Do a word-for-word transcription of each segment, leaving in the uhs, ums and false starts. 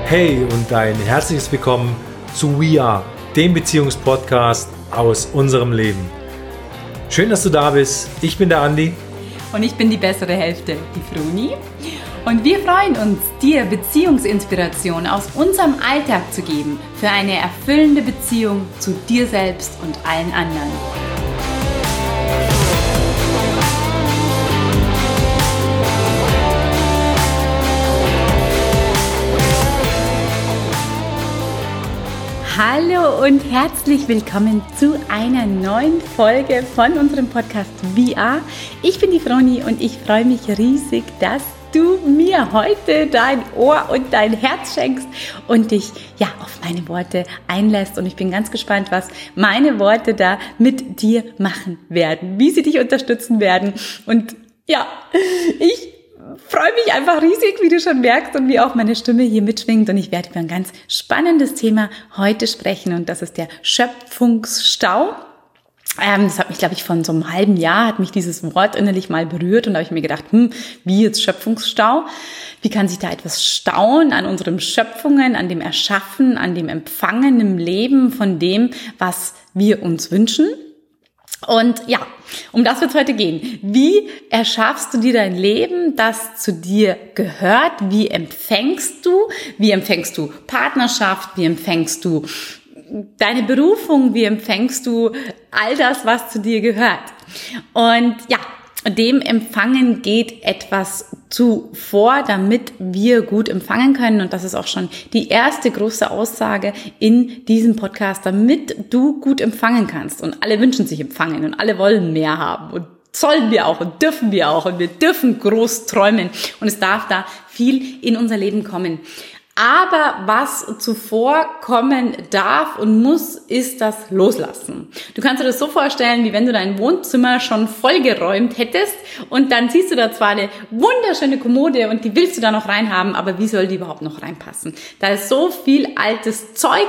Hey und ein herzliches Willkommen zu We Are, dem Beziehungspodcast aus unserem Leben. Schön, dass du da bist. Ich bin der Andi. Und ich bin die bessere Hälfte, die Froni. Und wir freuen uns, dir Beziehungsinspiration aus unserem Alltag zu geben für eine erfüllende Beziehung zu dir selbst und allen anderen. Hallo und herzlich willkommen zu einer neuen Folge von unserem Podcast We Are. Ich bin die Froni und ich freue mich riesig, dass du mir heute dein Ohr und dein Herz schenkst und dich ja auf meine Worte einlässt. Und ich bin ganz gespannt, was meine Worte da mit dir machen werden, wie sie dich unterstützen werden. Und ja, ich freue mich einfach riesig, wie du schon merkst und wie auch meine Stimme hier mitschwingt. Und ich werde über ein ganz spannendes Thema heute sprechen und das ist der Schöpfungsstau. Ähm, das hat mich, glaube ich, von so einem halben Jahr, hat mich dieses Wort innerlich mal berührt und da habe ich mir gedacht, hm, wie jetzt Schöpfungsstau? Wie kann sich da etwas stauen an unseren Schöpfungen, an dem Erschaffen, an dem Empfangen im Leben von dem, was wir uns wünschen? Und ja, um das wird es heute gehen. Wie erschaffst du dir dein Leben, das zu dir gehört? Wie empfängst du? Wie empfängst du Partnerschaft? Wie empfängst du deine Berufung? Wie empfängst du all das, was zu dir gehört? Und ja, dem Empfangen geht etwas zuvor, damit wir gut empfangen können. Und das ist auch schon die erste große Aussage in diesem Podcast, damit du gut empfangen kannst. Und alle wünschen sich empfangen und alle wollen mehr haben und sollen wir auch und dürfen wir auch und wir dürfen groß träumen und es darf da viel in unser Leben kommen. Aber was zuvor kommen darf und muss, ist das Loslassen. Du kannst dir das so vorstellen, wie wenn du dein Wohnzimmer schon vollgeräumt hättest und dann siehst du da zwar eine wunderschöne Kommode und die willst du da noch reinhaben, aber wie soll die überhaupt noch reinpassen? Da ist so viel altes Zeug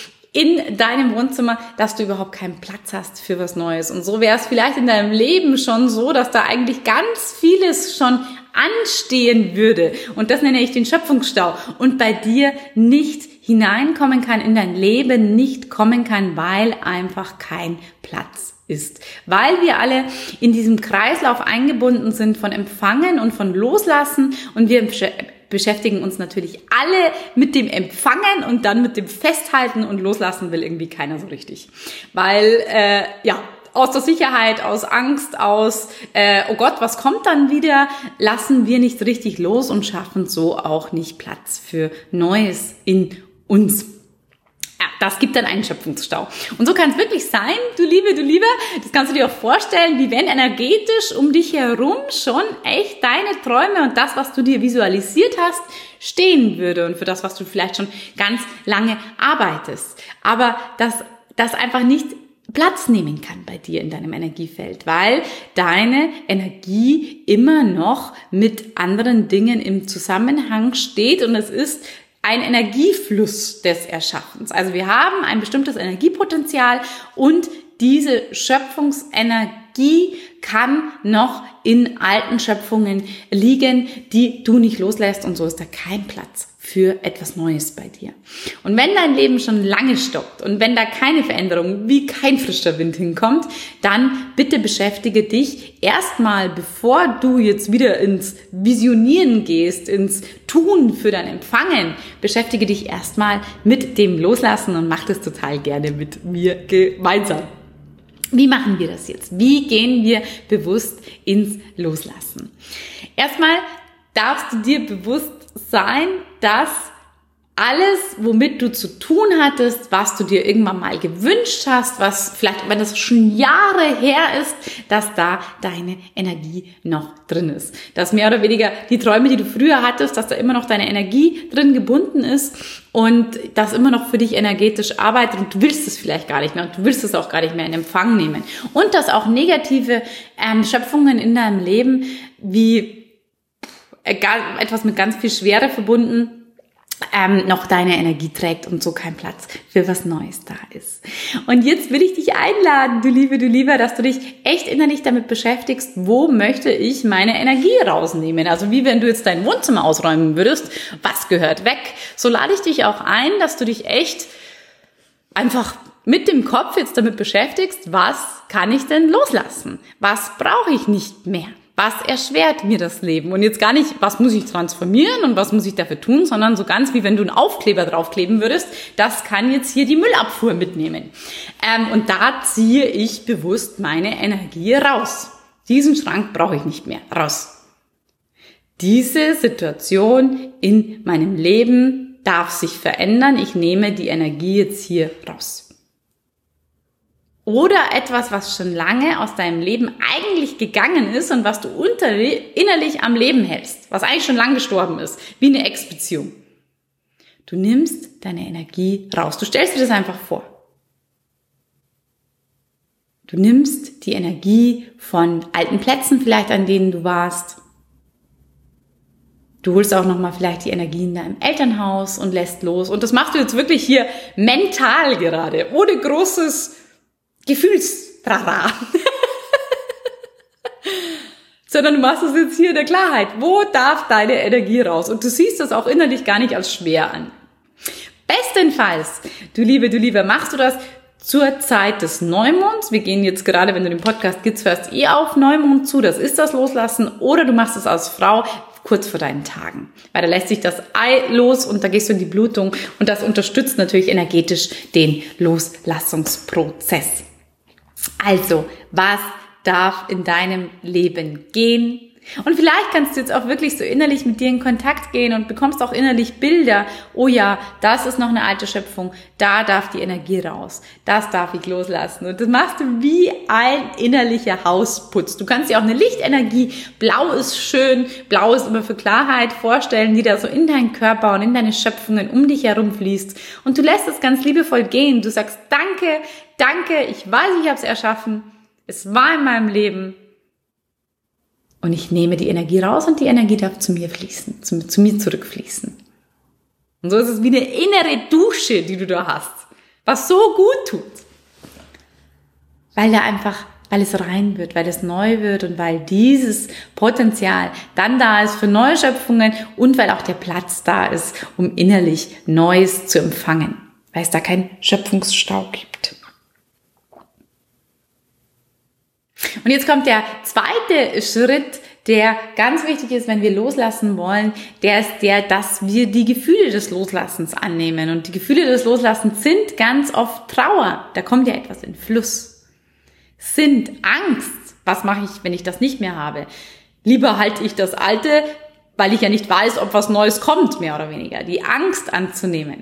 in deinem Wohnzimmer, dass du überhaupt keinen Platz hast für was Neues. Und so wäre es vielleicht in deinem Leben schon so, dass da eigentlich ganz vieles schon anstehen würde. Und das nenne ich den Schöpfungsstau. Und bei dir nicht hineinkommen kann, in dein Leben nicht kommen kann, weil einfach kein Platz ist. Weil wir alle in diesem Kreislauf eingebunden sind von Empfangen und von Loslassen und wir beschäftigen uns natürlich alle mit dem Empfangen und dann mit dem Festhalten und Loslassen will irgendwie keiner so richtig. Weil, äh, ja, aus der Sicherheit, aus Angst, aus, äh, oh Gott, was kommt dann wieder, lassen wir nicht richtig los und schaffen so auch nicht Platz für Neues in uns. Ja, das gibt dann einen Schöpfungsstau. Und so kann es wirklich sein, du Liebe, du Lieber, das kannst du dir auch vorstellen, wie wenn energetisch um dich herum schon echt deine Träume und das, was du dir visualisiert hast, stehen würde und für das, was du vielleicht schon ganz lange arbeitest. Aber dass das einfach nicht Platz nehmen kann bei dir in deinem Energiefeld, weil deine Energie immer noch mit anderen Dingen im Zusammenhang steht und es ist ein Energiefluss des Erschaffens. Also wir haben ein bestimmtes Energiepotenzial und diese Schöpfungsenergie kann noch in alten Schöpfungen liegen, die du nicht loslässt und so ist da kein Platz für etwas Neues bei dir. Und wenn dein Leben schon lange stockt und wenn da keine Veränderung wie kein frischer Wind hinkommt, dann bitte beschäftige dich erstmal, bevor du jetzt wieder ins Visionieren gehst, ins Tun für dein Empfangen, beschäftige dich erstmal mit dem Loslassen und mach das total gerne mit mir gemeinsam. Wie machen wir das jetzt? Wie gehen wir bewusst ins Loslassen? Erstmal darfst du dir bewusst sein, dass alles, womit du zu tun hattest, was du dir irgendwann mal gewünscht hast, was vielleicht, wenn das schon Jahre her ist, dass da deine Energie noch drin ist. Dass mehr oder weniger die Träume, die du früher hattest, dass da immer noch deine Energie drin gebunden ist und das immer noch für dich energetisch arbeitet und du willst es vielleicht gar nicht mehr und du willst es auch gar nicht mehr in Empfang nehmen. Und dass auch negative ähm, Schöpfungen in deinem Leben wie etwas mit ganz viel Schwere verbunden, ähm, noch deine Energie trägt und so kein Platz für was Neues da ist. Und jetzt will ich dich einladen, du Liebe, du Lieber, dass du dich echt innerlich damit beschäftigst, wo möchte ich meine Energie rausnehmen? Also wie wenn du jetzt dein Wohnzimmer ausräumen würdest, was gehört weg? So lade ich dich auch ein, dass du dich echt einfach mit dem Kopf jetzt damit beschäftigst, was kann ich denn loslassen? Was brauche ich nicht mehr? Was erschwert mir das Leben? Und jetzt gar nicht, was muss ich transformieren und was muss ich dafür tun, sondern so ganz wie wenn du einen Aufkleber draufkleben würdest, das kann jetzt hier die Müllabfuhr mitnehmen. Ähm, und da ziehe ich bewusst meine Energie raus. Diesen Schrank brauche ich nicht mehr. Raus. Diese Situation in meinem Leben darf sich verändern. Ich nehme die Energie jetzt hier raus. Oder etwas, was schon lange aus deinem Leben eigentlich gegangen ist und was du unter, innerlich am Leben hältst, was eigentlich schon lang gestorben ist, wie eine Ex-Beziehung. Du nimmst deine Energie raus. Du stellst dir das einfach vor. Du nimmst die Energie von alten Plätzen vielleicht, an denen du warst. Du holst auch nochmal vielleicht die Energie in deinem Elternhaus und lässt los. Und das machst du jetzt wirklich hier mental gerade, ohne großes Gefühlstrara. Sondern du machst es jetzt hier in der Klarheit. Wo darf deine Energie raus? Und du siehst das auch innerlich gar nicht als schwer an. Bestenfalls, du Liebe, du Lieber, machst du das zur Zeit des Neumonds. Wir gehen jetzt gerade, wenn du den Podcast gibst, hörst eh auf Neumond zu. Das ist das Loslassen. Oder du machst es als Frau kurz vor deinen Tagen. Weil da lässt sich das Ei los und da gehst du in die Blutung. Und das unterstützt natürlich energetisch den Loslassungsprozess. Also, was darf in deinem Leben gehen? Und vielleicht kannst du jetzt auch wirklich so innerlich mit dir in Kontakt gehen und bekommst auch innerlich Bilder. Oh ja, das ist noch eine alte Schöpfung. Da darf die Energie raus. Das darf ich loslassen. Und das machst du wie ein innerlicher Hausputz. Du kannst dir auch eine Lichtenergie, blau ist schön, blau ist immer für Klarheit, vorstellen, die da so in deinen Körper und in deine Schöpfungen um dich herum fließt. Und du lässt es ganz liebevoll gehen. Du sagst, danke, danke, ich weiß, ich habe es erschaffen. Es war in meinem Leben. Und ich nehme die Energie raus und die Energie darf zu mir fließen, zu, zu mir zurückfließen. Und so ist es wie eine innere Dusche, die du da hast, was so gut tut. Weil da einfach, weil es rein wird, weil es neu wird und weil dieses Potenzial dann da ist für neue Schöpfungen und weil auch der Platz da ist, um innerlich Neues zu empfangen, weil es da keinen Schöpfungsstau gibt. Und jetzt kommt der zweite Schritt, der ganz wichtig ist, wenn wir loslassen wollen, der ist der, dass wir die Gefühle des Loslassens annehmen. Und die Gefühle des Loslassens sind ganz oft Trauer. Da kommt ja etwas in Fluss. Sind Angst. Was mache ich, wenn ich das nicht mehr habe? Lieber halte ich das Alte, weil ich ja nicht weiß, ob was Neues kommt, mehr oder weniger. Die Angst anzunehmen.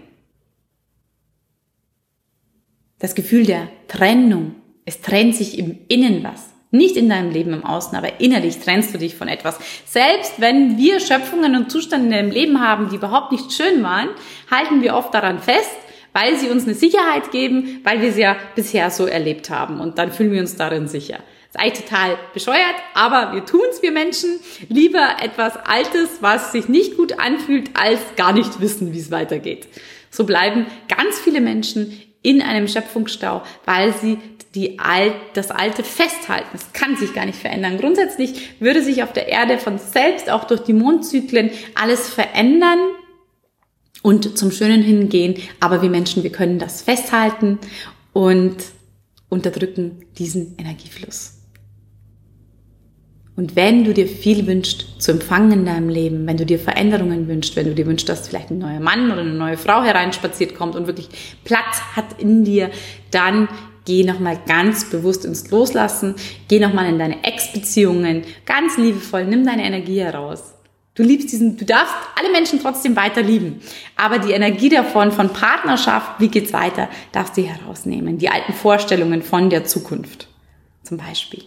Das Gefühl der Trennung. Es trennt sich im Innen was. Nicht in deinem Leben im Außen, aber innerlich trennst du dich von etwas. Selbst wenn wir Schöpfungen und Zustände in deinem Leben haben, die überhaupt nicht schön waren, halten wir oft daran fest, weil sie uns eine Sicherheit geben, weil wir sie ja bisher so erlebt haben. Und dann fühlen wir uns darin sicher. Das ist eigentlich total bescheuert, aber wir tun es, wir Menschen. Lieber etwas Altes, was sich nicht gut anfühlt, als gar nicht wissen, wie es weitergeht. So bleiben ganz viele Menschen in einem Schöpfungsstau, weil sie die Alt, das Alte festhalten. Es kann sich gar nicht verändern. Grundsätzlich würde sich auf der Erde von selbst, auch durch die Mondzyklen, alles verändern und zum Schönen hingehen. Aber wir Menschen, wir können das festhalten und unterdrücken diesen Energiefluss. Und wenn du dir viel wünschst zu empfangen in deinem Leben, wenn du dir Veränderungen wünschst, wenn du dir wünschst, dass vielleicht ein neuer Mann oder eine neue Frau hereinspaziert kommt und wirklich Platz hat in dir, dann geh nochmal ganz bewusst ins Loslassen, geh nochmal in deine Ex-Beziehungen, ganz liebevoll, nimm deine Energie heraus. Du liebst diesen, du darfst alle Menschen trotzdem weiter lieben, aber die Energie davon, von Partnerschaft, wie geht's weiter, darfst du herausnehmen. Die alten Vorstellungen von der Zukunft, zum Beispiel.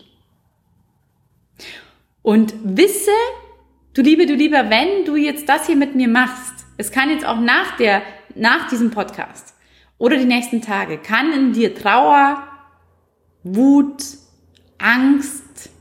Und wisse, du Liebe, du Lieber, wenn du jetzt das hier mit mir machst, es kann jetzt auch nach der, nach diesem Podcast oder die nächsten Tage, kann in dir Trauer, Wut, Angst,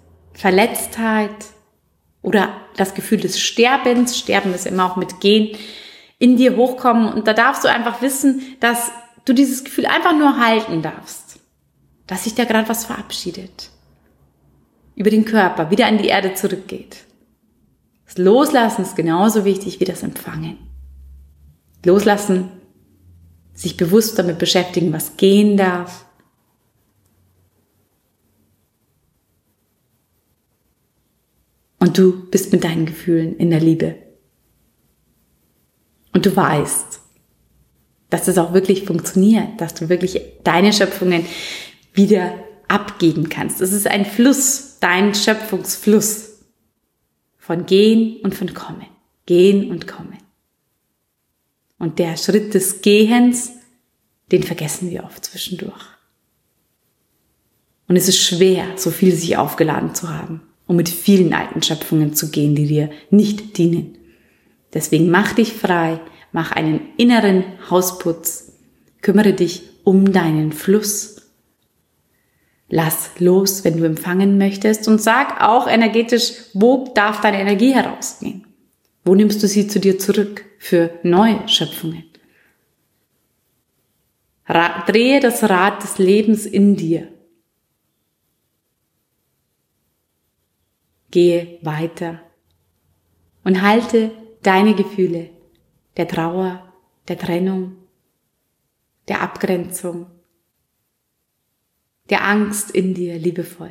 Verletztheit oder das Gefühl des Sterbens, Sterben ist immer auch mit Gehen, in dir hochkommen und da darfst du einfach wissen, dass du dieses Gefühl einfach nur halten darfst, dass sich da gerade was verabschiedet, über den Körper, wieder an die Erde zurückgeht. Das Loslassen ist genauso wichtig wie das Empfangen. Loslassen, sich bewusst damit beschäftigen, was gehen darf. Und du bist mit deinen Gefühlen in der Liebe. Und du weißt, dass das auch wirklich funktioniert, dass du wirklich deine Schöpfungen wieder abgeben kannst. Es ist ein Fluss, dein Schöpfungsfluss von Gehen und von Kommen. Gehen und Kommen. Und der Schritt des Gehens, den vergessen wir oft zwischendurch. Und es ist schwer, so viel sich aufgeladen zu haben, um mit vielen alten Schöpfungen zu gehen, die dir nicht dienen. Deswegen mach dich frei, mach einen inneren Hausputz, kümmere dich um deinen Fluss. Lass los, wenn du empfangen möchtest und sag auch energetisch, wo darf deine Energie herausgehen? Wo nimmst du sie zu dir zurück für neue Schöpfungen? Ra- drehe das Rad des Lebens in dir. Gehe weiter und halte deine Gefühle der Trauer, der Trennung, der Abgrenzung, der Angst in dir liebevoll.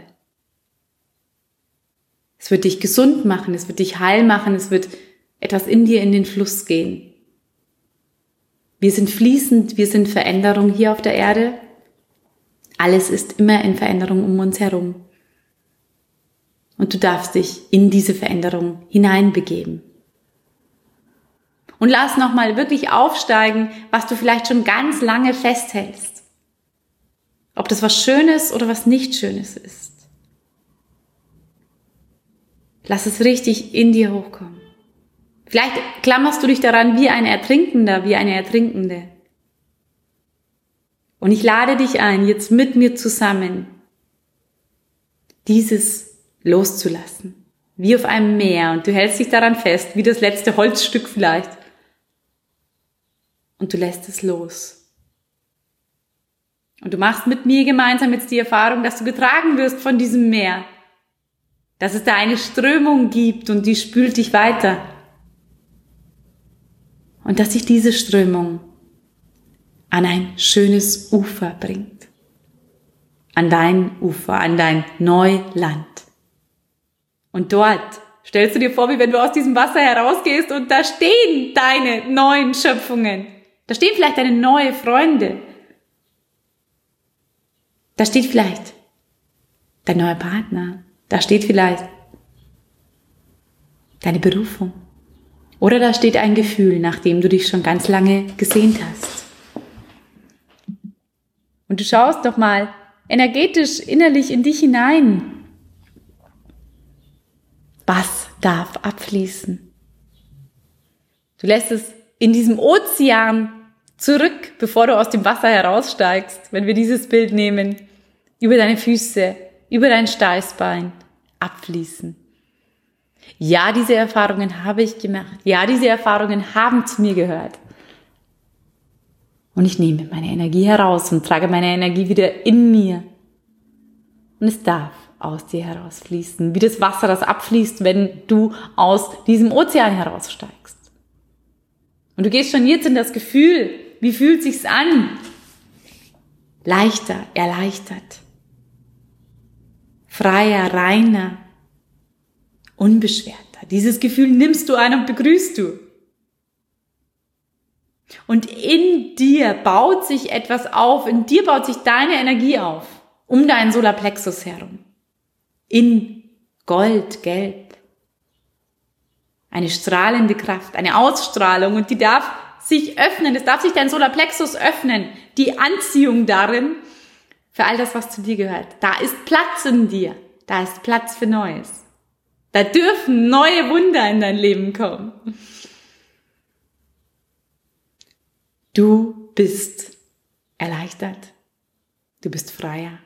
Es wird dich gesund machen, es wird dich heil machen, es wird etwas in dir in den Fluss gehen. Wir sind fließend, wir sind Veränderung hier auf der Erde. Alles ist immer in Veränderung um uns herum. Und du darfst dich in diese Veränderung hineinbegeben. Und lass nochmal wirklich aufsteigen, was du vielleicht schon ganz lange festhältst. Ob das was Schönes oder was nicht Schönes ist. Lass es richtig in dir hochkommen. Vielleicht klammerst du dich daran wie ein Ertrinkender, wie eine Ertrinkende. Und ich lade dich ein, jetzt mit mir zusammen dieses loszulassen. Wie auf einem Meer. Und du hältst dich daran fest, wie das letzte Holzstück vielleicht. Und du lässt es los. Und du machst mit mir gemeinsam jetzt die Erfahrung, dass du getragen wirst von diesem Meer. Dass es da eine Strömung gibt und die spült dich weiter. Und dass sich diese Strömung an ein schönes Ufer bringt. An dein Ufer, an dein Neuland. Und dort stellst du dir vor, wie wenn du aus diesem Wasser herausgehst und da stehen deine neuen Schöpfungen. Da stehen vielleicht deine neue Freunde. Da steht vielleicht dein neuer Partner. Da steht vielleicht deine Berufung. Oder da steht ein Gefühl, nach dem du dich schon ganz lange gesehnt hast. Und du schaust doch mal energetisch, innerlich in dich hinein. Was darf abfließen? Du lässt es in diesem Ozean zurück, bevor du aus dem Wasser heraussteigst, wenn wir dieses Bild nehmen, über deine Füße, über dein Steißbein abfließen. Ja, diese Erfahrungen habe ich gemacht. Ja, diese Erfahrungen haben zu mir gehört. Und ich nehme meine Energie heraus und trage meine Energie wieder in mir. Und es darf aus dir herausfließen, wie das Wasser, das abfließt, wenn du aus diesem Ozean heraussteigst. Und du gehst schon jetzt in das Gefühl, wie fühlt sich's an? Leichter, erleichtert, freier, reiner, unbeschwerter. Dieses Gefühl nimmst du ein und begrüßt du. Und in dir baut sich etwas auf, in dir baut sich deine Energie auf, um deinen Solarplexus herum. In Gold, Gelb. Eine strahlende Kraft, eine Ausstrahlung und die darf sich öffnen, es darf sich dein Solarplexus öffnen, die Anziehung darin für all das, was zu dir gehört. Da ist Platz in dir, da ist Platz für Neues. Da dürfen neue Wunder in dein Leben kommen. Du bist erleichtert, du bist freier.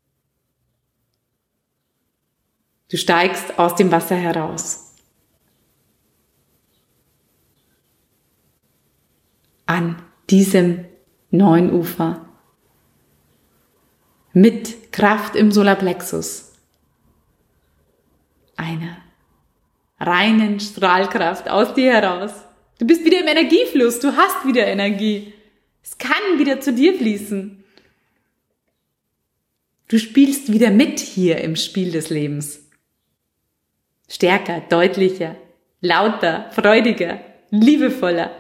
Du steigst aus dem Wasser heraus. an diesem neuen Ufer mit Kraft im Solarplexus, einer reinen Strahlkraft aus dir heraus. Du bist wieder im Energiefluss, du hast wieder Energie. Es kann wieder zu dir fließen. Du spielst wieder mit hier im Spiel des Lebens. Stärker, deutlicher, lauter, freudiger, liebevoller.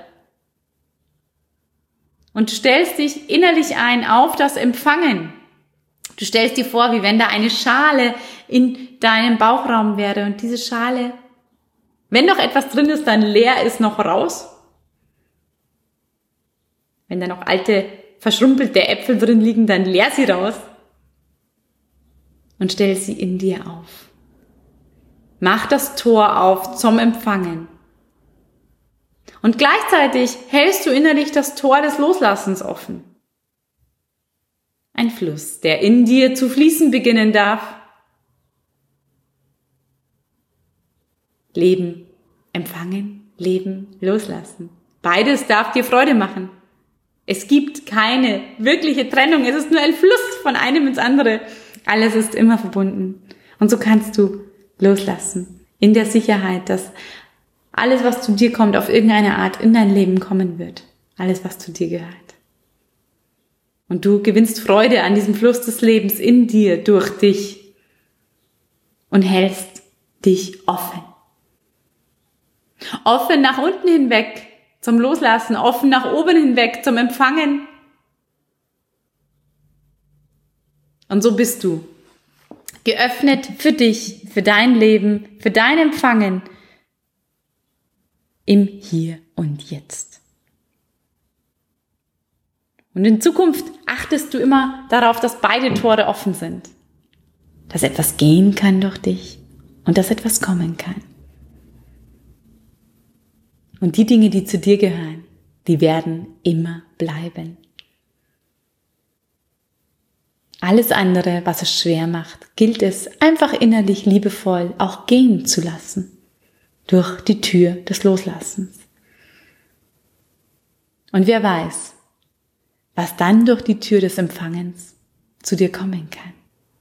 Und stellst dich innerlich ein auf das Empfangen. Du stellst dir vor, wie wenn da eine Schale in deinem Bauchraum wäre und diese Schale, wenn noch etwas drin ist, dann leer ist, noch raus. Wenn da noch alte, verschrumpelte Äpfel drin liegen, dann leer sie raus und stell sie in dir auf. Mach das Tor auf zum Empfangen. Und gleichzeitig hältst du innerlich das Tor des Loslassens offen. Ein Fluss, der in dir zu fließen beginnen darf. Leben, empfangen, leben, loslassen. Beides darf dir Freude machen. Es gibt keine wirkliche Trennung. Es ist nur ein Fluss von einem ins andere. Alles ist immer verbunden. Und so kannst du loslassen. In der Sicherheit, dass alles, was zu dir kommt, auf irgendeine Art in dein Leben kommen wird. Alles, was zu dir gehört. Und du gewinnst Freude an diesem Fluss des Lebens in dir, durch dich. Und hältst dich offen. Offen nach unten hinweg zum Loslassen, offen nach oben hinweg zum Empfangen. Und so bist du geöffnet für dich, für dein Leben, für dein Empfangen im Hier und Jetzt. Und in Zukunft achtest du immer darauf, dass beide Tore offen sind. Dass etwas gehen kann durch dich und dass etwas kommen kann. Und die Dinge, die zu dir gehören, die werden immer bleiben. Alles andere, was es schwer macht, gilt es einfach innerlich liebevoll auch gehen zu lassen. Durch die Tür des Loslassens. Und wer weiß, was dann durch die Tür des Empfangens zu dir kommen kann.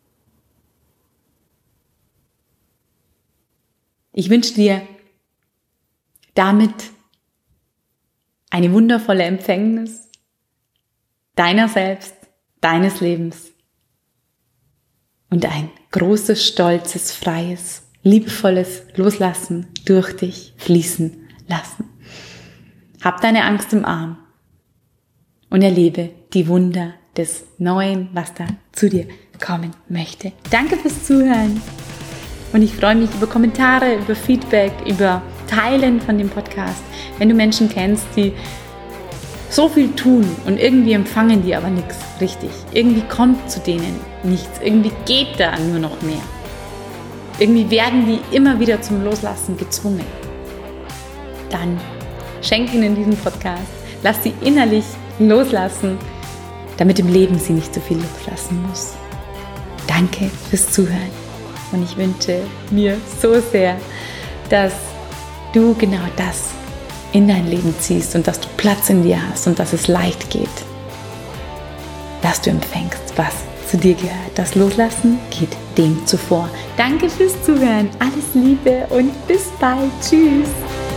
Ich wünsche dir damit eine wundervolle Empfängnis deiner selbst, deines Lebens und ein großes, stolzes, freies, liebevolles Loslassen durch dich fließen lassen. Hab deine Angst im Arm und erlebe die Wunder des Neuen, was da zu dir kommen möchte. Danke fürs Zuhören und ich freue mich über Kommentare, über Feedback, über Teilen von dem Podcast. Wenn du Menschen kennst, die so viel tun und irgendwie empfangen die aber nichts richtig. Irgendwie kommt zu denen nichts. Irgendwie geht da nur noch mehr. Irgendwie werden die immer wieder zum Loslassen gezwungen. Dann schenk ihnen diesen Podcast. Lass sie innerlich loslassen, damit im Leben sie nicht so viel loslassen muss. Danke fürs Zuhören. Und ich wünsche mir so sehr, dass du genau das in dein Leben ziehst und dass du Platz in dir hast und dass es leicht geht. Dass du empfängst, was zu dir gehört. Das Loslassen geht dem zuvor. Danke fürs Zuhören. Alles Liebe und bis bald. Tschüss.